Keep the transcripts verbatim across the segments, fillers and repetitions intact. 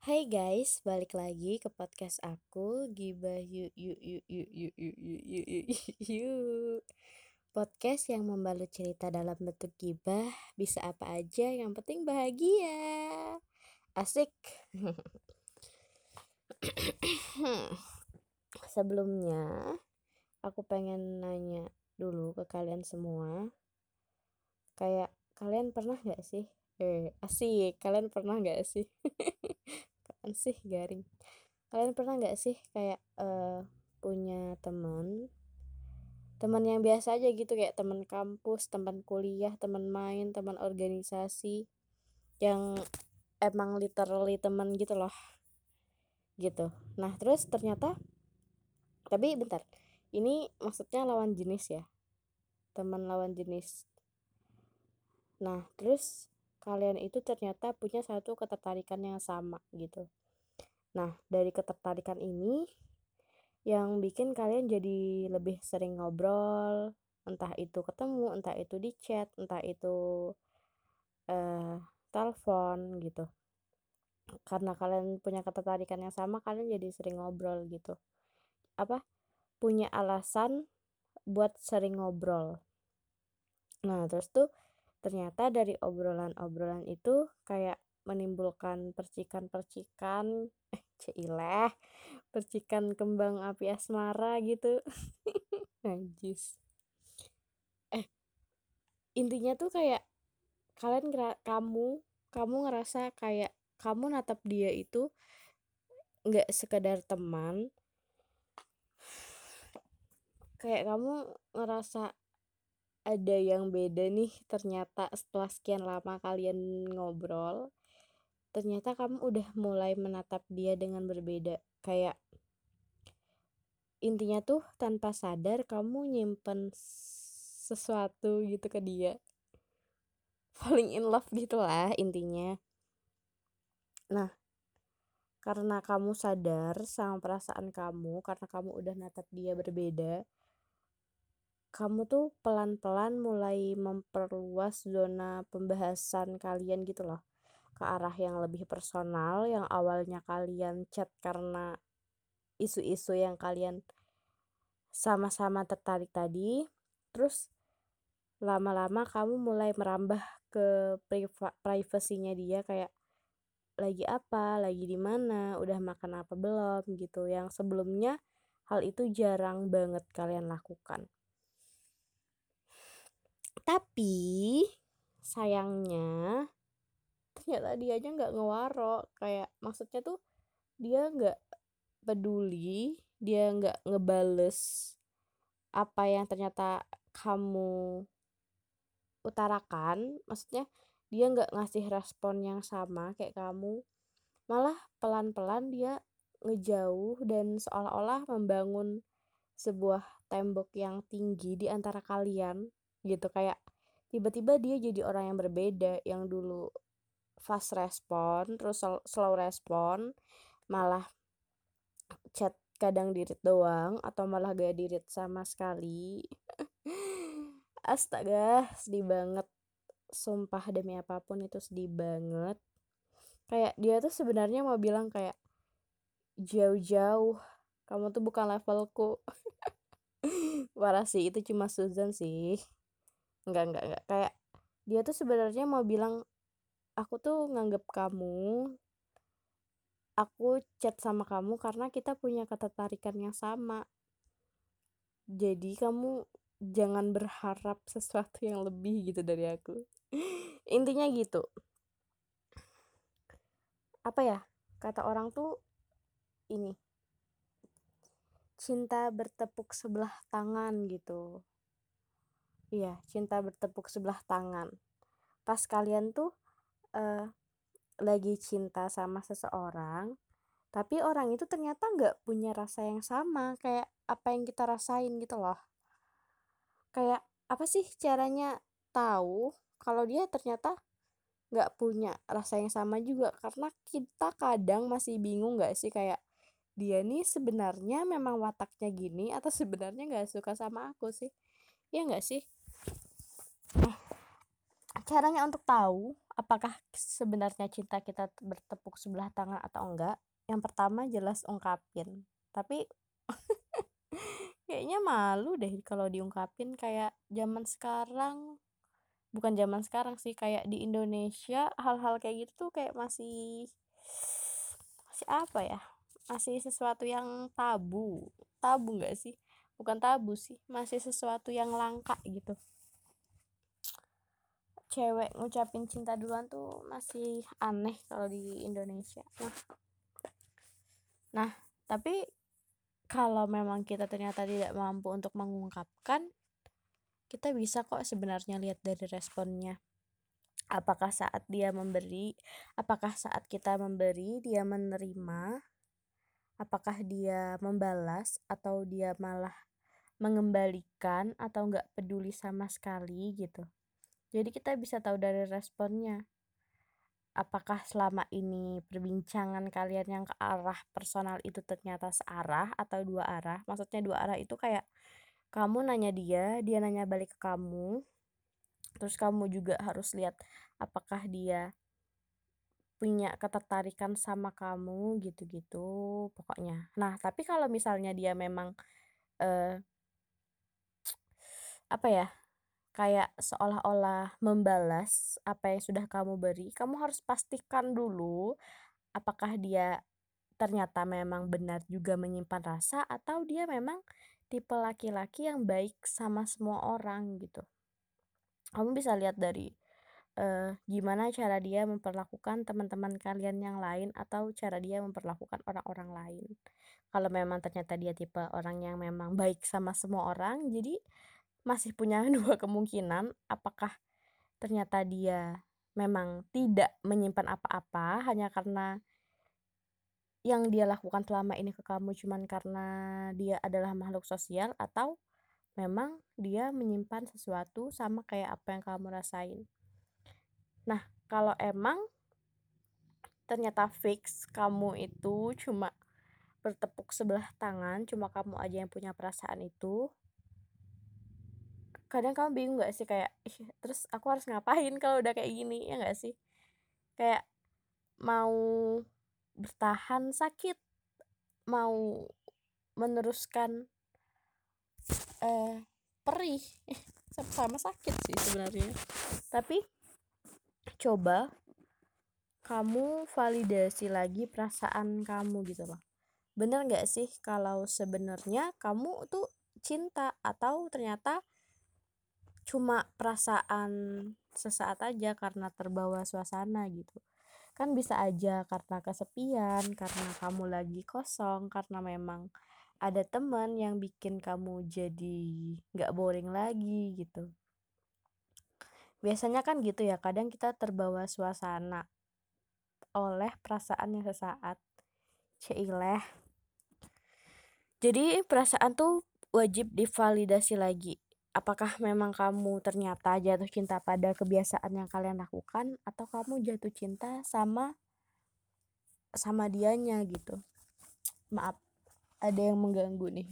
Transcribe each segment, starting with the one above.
Hai guys, balik lagi ke podcast aku Gibah yuk yuk yuk yuk yuk yuk yuk yuk yuk yuk yuk. Podcast yang membalut cerita dalam bentuk gibah, bisa apa aja yang penting bahagia. Asik. Sebelumnya aku pengen nanya dulu ke kalian semua, kayak kalian pernah gak sih eh asik kalian pernah gak sih kapan sih garing kalian pernah nggak sih kayak eh, punya teman teman yang biasa aja gitu, kayak teman kampus, teman kuliah, teman main, teman organisasi, yang emang literally teman gitu loh, gitu. Nah terus ternyata, tapi bentar, ini maksudnya lawan jenis ya, teman lawan jenis. Nah terus kalian itu ternyata punya satu ketertarikan yang sama gitu. Nah dari ketertarikan ini yang bikin kalian jadi lebih sering ngobrol, entah itu ketemu, entah itu di chat, entah itu eh telepon gitu. Karena kalian punya ketertarikan yang sama, kalian jadi sering ngobrol gitu. Apa? Punya alasan buat sering ngobrol. Nah, terus tuh ternyata dari obrolan-obrolan itu kayak menimbulkan percikan-percikan eh cileh percikan kembang api asmara gitu. Najis. Eh, intinya tuh kayak kalian ngera- kamu kamu ngerasa kayak kamu natap dia itu nggak sekedar teman, kayak kamu ngerasa ada yang beda nih ternyata setelah sekian lama kalian ngobrol. Ternyata kamu udah mulai menatap dia dengan berbeda, kayak intinya tuh tanpa sadar kamu nyimpen sesuatu gitu ke dia, falling in love gitulah intinya. Nah, karena kamu sadar sama perasaan kamu, karena kamu udah natap dia berbeda, kamu tuh pelan-pelan mulai memperluas zona pembahasan kalian gitu loh, ke arah yang lebih personal. Yang awalnya kalian chat karena isu-isu yang kalian sama-sama tertarik tadi, terus lama-lama kamu mulai merambah ke priva- privasinya dia, kayak lagi apa, lagi di mana, udah makan apa belum gitu, yang sebelumnya hal itu jarang banget kalian lakukan. Tapi sayangnya ternyata dia aja nggak ngewaro, kayak maksudnya tuh dia nggak peduli, dia nggak ngebales apa yang ternyata kamu utarakan. Maksudnya dia nggak ngasih respon yang sama kayak kamu, malah pelan-pelan dia ngejauh dan seolah-olah membangun sebuah tembok yang tinggi di antara kalian gitu. Kayak tiba-tiba dia jadi orang yang berbeda, yang dulu fast respon terus slow respon, malah chat kadang dirit doang atau malah gak dirit sama sekali. Astaga, sedih banget, sumpah demi apapun itu sedih banget. Kayak dia tuh sebenarnya mau bilang kayak, jauh-jauh, kamu tuh bukan levelku. Parah sih, itu cuma Susan sih. Enggak, enggak, enggak. Kayak dia tuh sebenarnya mau bilang, aku tuh nganggep kamu, aku chat sama kamu karena kita punya ketertarikan yang sama. Jadi kamu jangan berharap sesuatu yang lebih gitu dari aku. Intinya gitu. Apa ya? Kata orang tuh ini, cinta bertepuk sebelah tangan gitu. Iya, cinta bertepuk sebelah tangan. Pas kalian tuh uh, lagi cinta sama seseorang, tapi orang itu ternyata nggak punya rasa yang sama kayak apa yang kita rasain gitu loh. Kayak apa sih caranya tahu kalau dia ternyata nggak punya rasa yang sama juga? Karena kita kadang masih bingung nggak sih, kayak dia nih sebenarnya memang wataknya gini atau sebenarnya nggak suka sama aku sih, ya nggak sih? Caranya untuk tahu apakah sebenarnya cinta kita t bertepuk sebelah tangan atau enggak, yang pertama jelas ungkapin. Tapi kayaknya malu deh kalau diungkapin, kayak zaman sekarang bukan zaman sekarang sih, kayak di Indonesia hal-hal kayak gitu tuh kayak masih masih apa ya, masih sesuatu yang tabu. Tabu nggak sih? Bukan tabu sih, masih sesuatu yang langka gitu. Cewek ngucapin cinta duluan tuh masih aneh kalau di Indonesia. Nah, nah, tapi kalau memang kita ternyata tidak mampu untuk mengungkapkan, kita bisa kok sebenarnya lihat dari responnya. Apakah saat dia memberi, apakah saat kita memberi dia menerima, apakah dia membalas atau dia malah mengembalikan atau nggak peduli sama sekali gitu. Jadi kita bisa tahu dari responnya. Apakah selama ini perbincangan kalian yang ke arah personal itu ternyata searah atau dua arah? Maksudnya dua arah itu kayak kamu nanya dia, dia nanya balik ke kamu. Terus kamu juga harus lihat apakah dia punya ketertarikan sama kamu gitu-gitu pokoknya. Nah, tapi kalau misalnya dia memang eh, apa ya? Kayak seolah-olah membalas apa yang sudah kamu beri, kamu harus pastikan dulu apakah dia ternyata memang benar juga menyimpan rasa atau dia memang tipe laki-laki yang baik sama semua orang gitu. Kamu bisa lihat dari eh, gimana cara dia memperlakukan teman-teman kalian yang lain atau cara dia memperlakukan orang-orang lain. Kalau memang ternyata dia tipe orang yang memang baik sama semua orang, jadi masih punya dua kemungkinan, apakah ternyata dia memang tidak menyimpan apa-apa hanya karena yang dia lakukan selama ini ke kamu cuman karena dia adalah makhluk sosial, atau memang dia menyimpan sesuatu sama kayak apa yang kamu rasain. Nah, kalau emang ternyata fix kamu itu cuma bertepuk sebelah tangan, cuma kamu aja yang punya perasaan itu, kadang kamu bingung gak sih kayak, ih terus aku harus ngapain kalau udah kayak gini, ya gak sih? Kayak mau bertahan sakit, mau meneruskan eh perih, sama-sama sakit sih sebenarnya. Tapi coba kamu validasi lagi perasaan kamu gitu loh. Bener gak sih kalau sebenarnya kamu tuh cinta atau ternyata cuma perasaan sesaat aja karena terbawa suasana gitu. Kan bisa aja karena kesepian, karena kamu lagi kosong, karena memang ada teman yang bikin kamu jadi gak boring lagi gitu. Biasanya kan gitu ya, kadang kita terbawa suasana oleh perasaan yang sesaat. Ceileh. Jadi perasaan tuh wajib divalidasi lagi. Apakah memang kamu ternyata jatuh cinta pada kebiasaan yang kalian lakukan, atau kamu jatuh cinta sama sama dianya gitu. Maaf, ada yang mengganggu nih.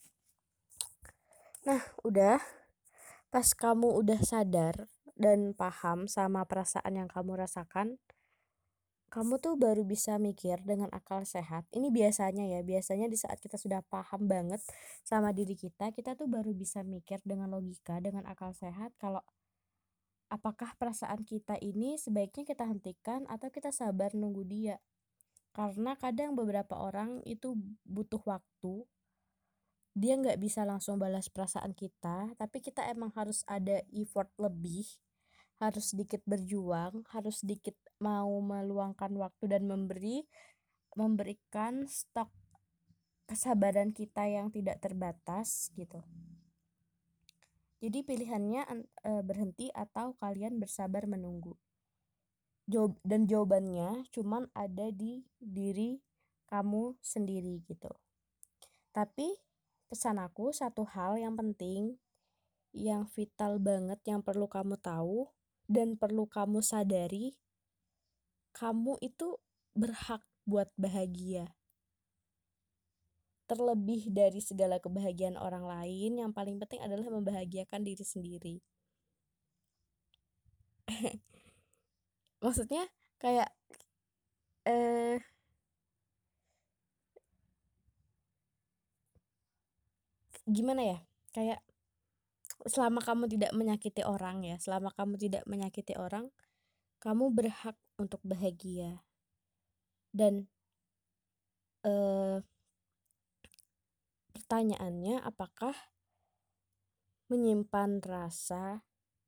Nah, udah pas kamu udah sadar dan paham sama perasaan yang kamu rasakan, kamu tuh baru bisa mikir dengan akal sehat. Ini biasanya ya, biasanya di saat kita sudah paham banget sama diri kita, kita tuh baru bisa mikir dengan logika, dengan akal sehat kalau apakah perasaan kita ini sebaiknya kita hentikan atau kita sabar nunggu dia. Karena kadang beberapa orang itu butuh waktu, dia nggak bisa langsung balas perasaan kita, tapi kita emang harus ada effort lebih, harus sedikit berjuang, harus sedikit mau meluangkan waktu dan memberi memberikan stok kesabaran kita yang tidak terbatas gitu. Jadi pilihannya e, berhenti atau kalian bersabar menunggu. Jawab, dan jawabannya cuman ada di diri kamu sendiri gitu. Tapi pesan aku satu hal yang penting, yang vital banget, yang perlu kamu tahu dan perlu kamu sadari, kamu itu berhak buat bahagia. Terlebih dari segala kebahagiaan orang lain, yang paling penting adalah membahagiakan diri sendiri. Maksudnya kayak eh gimana ya? Kayak selama kamu tidak menyakiti orang ya, selama kamu tidak menyakiti orang, kamu berhak untuk bahagia. Dan eh pertanyaannya, apakah menyimpan rasa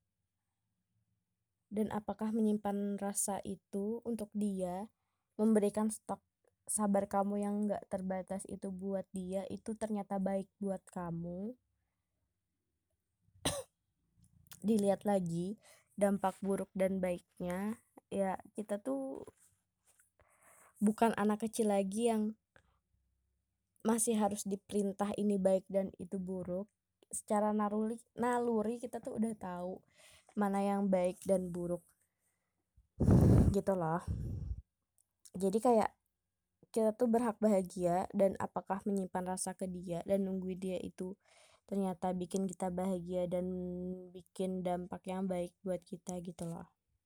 dan apakah menyimpan rasa itu untuk dia, memberikan stok sabar kamu yang gak terbatas itu buat dia, itu ternyata baik buat kamu. Dilihat lagi dampak buruk dan baiknya, ya kita tuh bukan anak kecil lagi yang masih harus diperintah ini baik dan itu buruk. Secara naluri, naluri kita tuh udah tahu mana yang baik dan buruk gitu loh. Jadi kayak kita tuh berhak bahagia, dan apakah menyimpan rasa ke dia dan nungguin dia itu ternyata bikin kita bahagia dan bikin dampak yang baik buat kita gitu loh.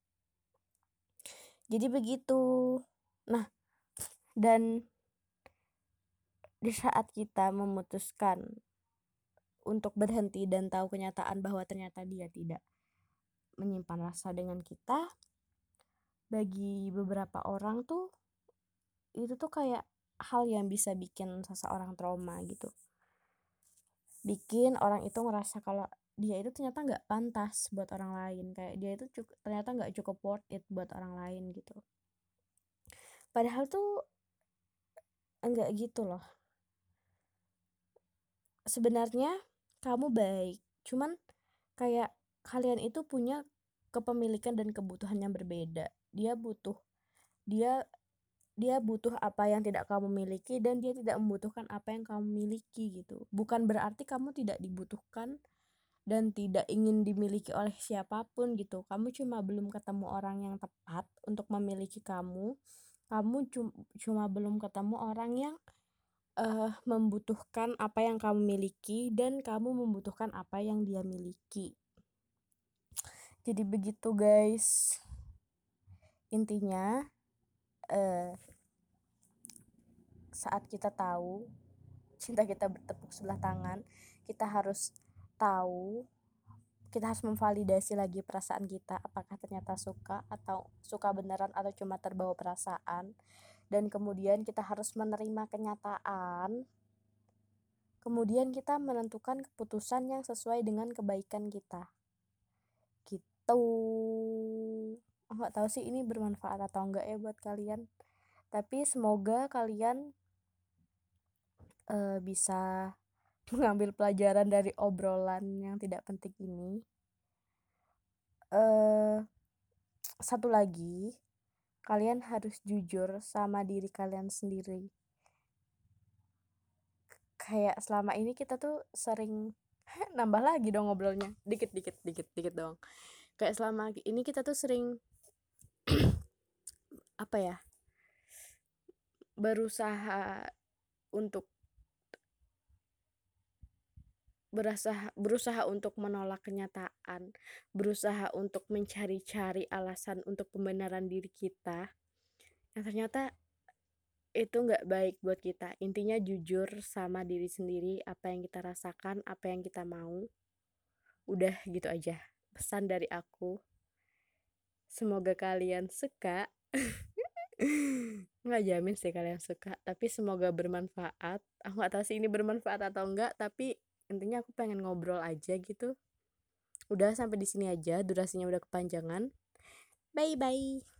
Jadi begitu. Nah, dan di saat kita memutuskan untuk berhenti dan tahu kenyataan bahwa ternyata dia tidak menyimpan rasa dengan kita, bagi beberapa orang tuh itu tuh kayak hal yang bisa bikin seseorang trauma gitu. Bikin orang itu ngerasa kalau dia itu ternyata nggak pantas buat orang lain, kayak dia itu cukup, ternyata nggak cukup worth it buat orang lain gitu. Padahal tuh enggak gitu loh. Sebenarnya kamu baik, cuman kayak kalian itu punya kepemilikan dan kebutuhan yang berbeda. Dia butuh dia dia butuh apa yang tidak kamu miliki, dan dia tidak membutuhkan apa yang kamu miliki gitu. Bukan berarti kamu tidak dibutuhkan dan tidak ingin dimiliki oleh siapapun gitu. Kamu cuma belum ketemu orang yang tepat untuk memiliki kamu. Kamu cum- cuma belum ketemu orang yang uh, membutuhkan apa yang kamu miliki, dan kamu membutuhkan apa yang dia miliki. Jadi begitu guys. Intinya uh, saat kita tahu cinta kita bertepuk sebelah tangan, kita harus tahu, kita harus memvalidasi lagi perasaan kita, apakah ternyata suka atau suka beneran atau cuma terbawa perasaan. Dan kemudian kita harus menerima kenyataan, kemudian kita menentukan keputusan yang sesuai dengan kebaikan kita gitu. Nggak tahu sih ini bermanfaat atau enggak ya buat kalian, tapi semoga kalian uh, bisa mengambil pelajaran dari obrolan yang tidak penting ini. Uh, satu lagi, kalian harus jujur sama diri kalian sendiri. Kayak selama ini kita tuh sering nambah lagi dong ngobrolnya, dikit dikit dikit dikit dong. Kayak selama ini kita tuh sering apa ya, berusaha untuk berusaha berusaha untuk menolak kenyataan, berusaha untuk mencari-cari alasan untuk pembenaran diri kita, yang ternyata itu nggak baik buat kita. Intinya jujur sama diri sendiri, apa yang kita rasakan, apa yang kita mau. Udah gitu aja pesan dari aku. Semoga kalian suka. Nggak jamin sih kalian suka, tapi semoga bermanfaat. Aku nggak tahu sih ini bermanfaat atau enggak, tapi intinya aku pengen ngobrol aja gitu. Udah sampai di sini aja, durasinya udah kepanjangan. Bye bye.